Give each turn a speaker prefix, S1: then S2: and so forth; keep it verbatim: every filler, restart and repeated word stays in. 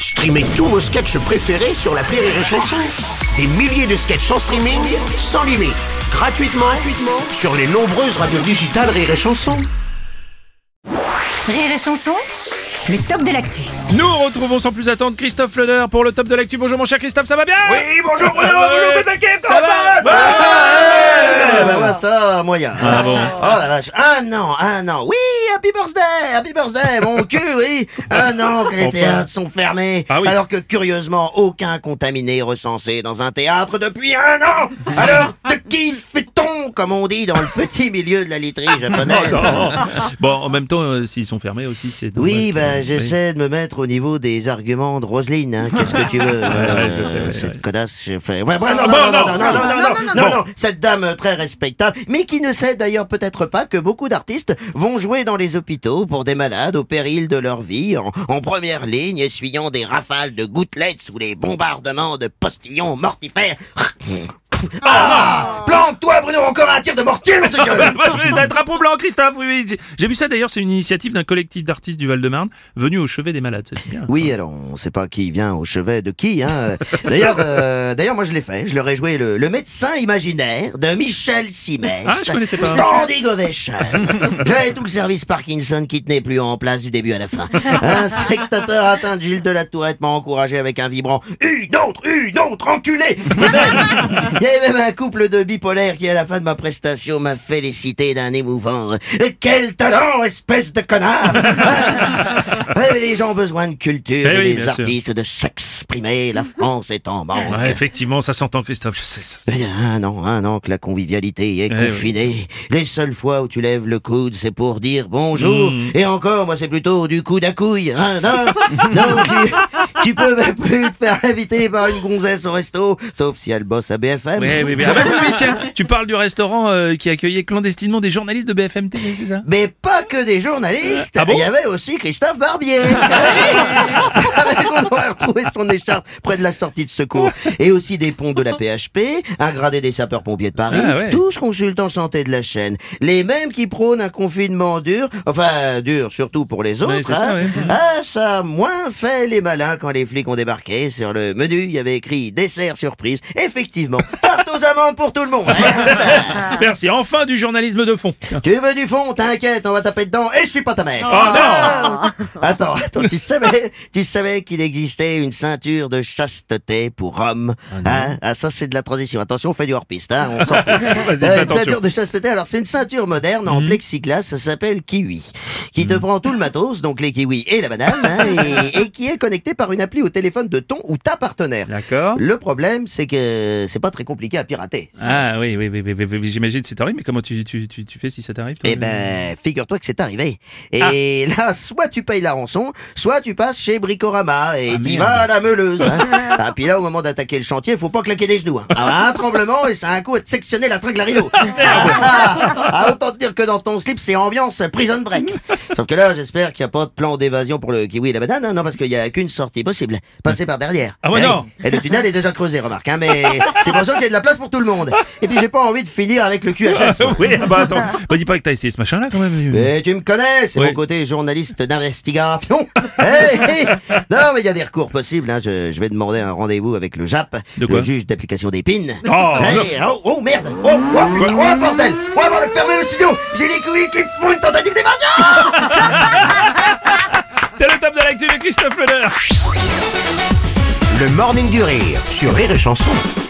S1: Streamez tous vos sketchs préférés sur l'appli Rire et Chanson. Des milliers de sketchs en streaming, sans limite, gratuitement, gratuitement sur les nombreuses radios digitales Rire et Chanson.
S2: Rire et Chanson, le top de l'actu.
S3: Nous retrouvons sans plus attendre Christophe Leder pour le top de l'actu. Bonjour mon cher Christophe, ça va bien?
S4: Oui, bonjour Bruno,
S3: Ah ouais.
S4: bonjour toute l'équipe,
S3: Ça
S4: comment
S3: va?
S4: ça va?
S3: Ouais.
S4: Eh ben ouais, ça, moyen.
S3: Ah bon.
S4: Oh la vache, un an, un an, oui, happy birthday, happy birthday, mon cul, oui, un an que les
S3: Enfin.
S4: théâtres sont fermés,
S3: Ah oui.
S4: alors que curieusement, aucun contaminé recensé dans un théâtre depuis un an. Alors, de qui fait-on, comme on dit dans le petit milieu de la literie japonaise?
S3: Bon, en même temps, euh, s'ils sont fermés aussi, c'est dommage.
S4: Oui, bah,
S3: Oui.
S4: j'essaie de me mettre au niveau des arguments de Roselyne, hein. Qu'est-ce que tu veux?
S3: ouais,
S4: euh,
S3: je sais, ouais,
S4: cette
S3: ouais.
S4: connasse, j'ai fait. Ouais, ouais, non,
S3: Ah,
S4: non,
S3: bon,
S4: non, non,
S3: non,
S4: non, non, non, non, non, non,
S3: non.
S4: non, cette dame euh, très respectable, mais qui ne sait d'ailleurs peut-être pas que beaucoup d'artistes vont jouer dans les hôpitaux pour des malades au péril de leur vie, en, en première ligne, essuyant des rafales de gouttelettes sous les bombardements de postillons mortifères. Ah, plante-toi, Bruno, encore un tir de mortier, je te jure.
S3: Un drapeau blanc, Christophe, oui, oui. J'ai- J'ai vu ça d'ailleurs, c'est une initiative d'un collectif d'artistes du Val-de-Marne venu au chevet des malades, c'est bien.
S4: Oui, alors on sait pas qui vient au chevet de qui, hein. D'ailleurs, euh, d'ailleurs, moi je l'ai fait. Je leur ai joué le, le médecin imaginaire de Michel Simès.
S3: Ah, je connaissais pas.
S4: Standing Ovation. J'avais tout le service Parkinson qui tenait plus en place du début à la fin. Un spectateur atteint de Gilles de la Tourette m'a encouragé avec un vibrant « Une autre, une autre, enculé !» Et même, il y avait même un couple de bipolaires qui, à la fin de ma prestation, m'a félicité d'un émouvant « Quel talent, espèce de connard !» Ouais, mais les gens ont besoin de culture
S3: Eh
S4: et
S3: oui,
S4: les
S3: bien sûr.
S4: artistes de s'exprimer. La France est en manque.
S3: Ouais, effectivement, ça s'entend, Christophe, je sais. ça-
S4: Il y a un an, un an que la convivialité est
S3: Eh
S4: confinée. Les seules fois où tu lèves le coude, c'est pour dire bonjour.
S3: Mm.
S4: Et encore, moi, c'est plutôt du coude à couille. Hein, non, non, tu, tu peux même plus te faire inviter par une gonzesse au resto, sauf si elle bosse à B F M.
S3: Oui, oui, oui. Ah bah oui, oui, tiens, tu parles du restaurant euh, qui accueillait clandestinement des journalistes de B F M T V, c'est ça?
S4: Mais pas que des journalistes.
S3: Ah bon?
S4: Il y avait aussi Christophe Barbier. On aurait retrouvé son écharpe près de la sortie de secours. Et aussi des ponts de la P H P, un gradé des sapeurs-pompiers de Paris,
S3: Ah ouais.
S4: tous consultants santé de la chaîne. Les mêmes qui prônent un confinement dur, enfin dur surtout pour les autres.
S3: Ouais, c'est ça,
S4: hein.
S3: ouais.
S4: Ah, ça a moins fait les malins quand les flics ont débarqué. Sur le menu, il y avait écrit dessert surprise. Effectivement, tarte aux amandes pour tout le monde. hein.
S3: Merci, enfin du journalisme de fond.
S4: Tu veux du fond, t'inquiète, on va taper dedans et je suis pas ta mère.
S3: Oh non!
S4: Attends, attends, tu savais, tu savais qu'il existait une ceinture de chasteté pour hommes, hein? Ah, ça c'est de la transition. Attention, on fait du hors-piste, hein, on s'en fout.
S3: Vas-y, fais
S4: Euh, une
S3: attention.
S4: ceinture de chasteté, alors c'est une ceinture moderne en plexiglas, ça s'appelle Kiwi, qui te prend tout le matos, donc les kiwis et la banane, hein, et, et qui est connecté par une appli au téléphone de ton ou ta partenaire.
S3: D'accord.
S4: Le problème, c'est que c'est pas très compliqué à pirater.
S3: Ah oui, oui, oui, oui, oui, oui, j'imagine que c'est horrible, mais comment tu, tu, tu, tu fais si ça t'arrive, toi?
S4: Eh ben, figure-toi que c'est arrivé. Et là, soit tu payes la rançon, soit tu passes chez Bricorama et
S3: Ah,
S4: t'y
S3: merde.
S4: vas à la meuleuse. Hein. Ah, puis là, au moment d'attaquer le chantier, faut pas claquer des genoux. Hein. Ah, un tremblement et ça a un coup à te sectionner la tringle à rideau. Ah, ah, autant te dire que dans ton slip, c'est ambiance prison break. Sauf que là, j'espère qu'il n'y a pas de plan d'évasion pour le kiwi et la banane. Hein. Non, parce qu'il y a qu'une sortie possible. Passer par derrière.
S3: Ah ouais,
S4: Eh,
S3: non.
S4: Et le tunnel est déjà creusé, remarque. Hein, mais c'est pour ça qu'il y a de la place pour tout le monde. Et puis j'ai pas envie de finir avec le cul à chasse. quoi.
S3: Oui, ah bah attends, bah dis pas que t'as essayé ce machin-là quand même.
S4: Mais tu me connais, c'est
S3: Oui.
S4: mon côté journaliste d'investigation. Hey, hey. Non, mais il y a des recours possibles. Hein. Je, je vais demander un rendez-vous avec le J A P,
S3: De quoi?
S4: le juge d'application des pines.
S3: Oh,
S4: Hey, oh, oh, merde. Oh, oh, putain, oh, bordel. Oh, avant de fermer le studio, j'ai les couilles qui font une tentative d'évasion.
S3: C'est le top de l'actu de Christophe Leder.
S1: Le Morning du Rire sur Rire et Chanson.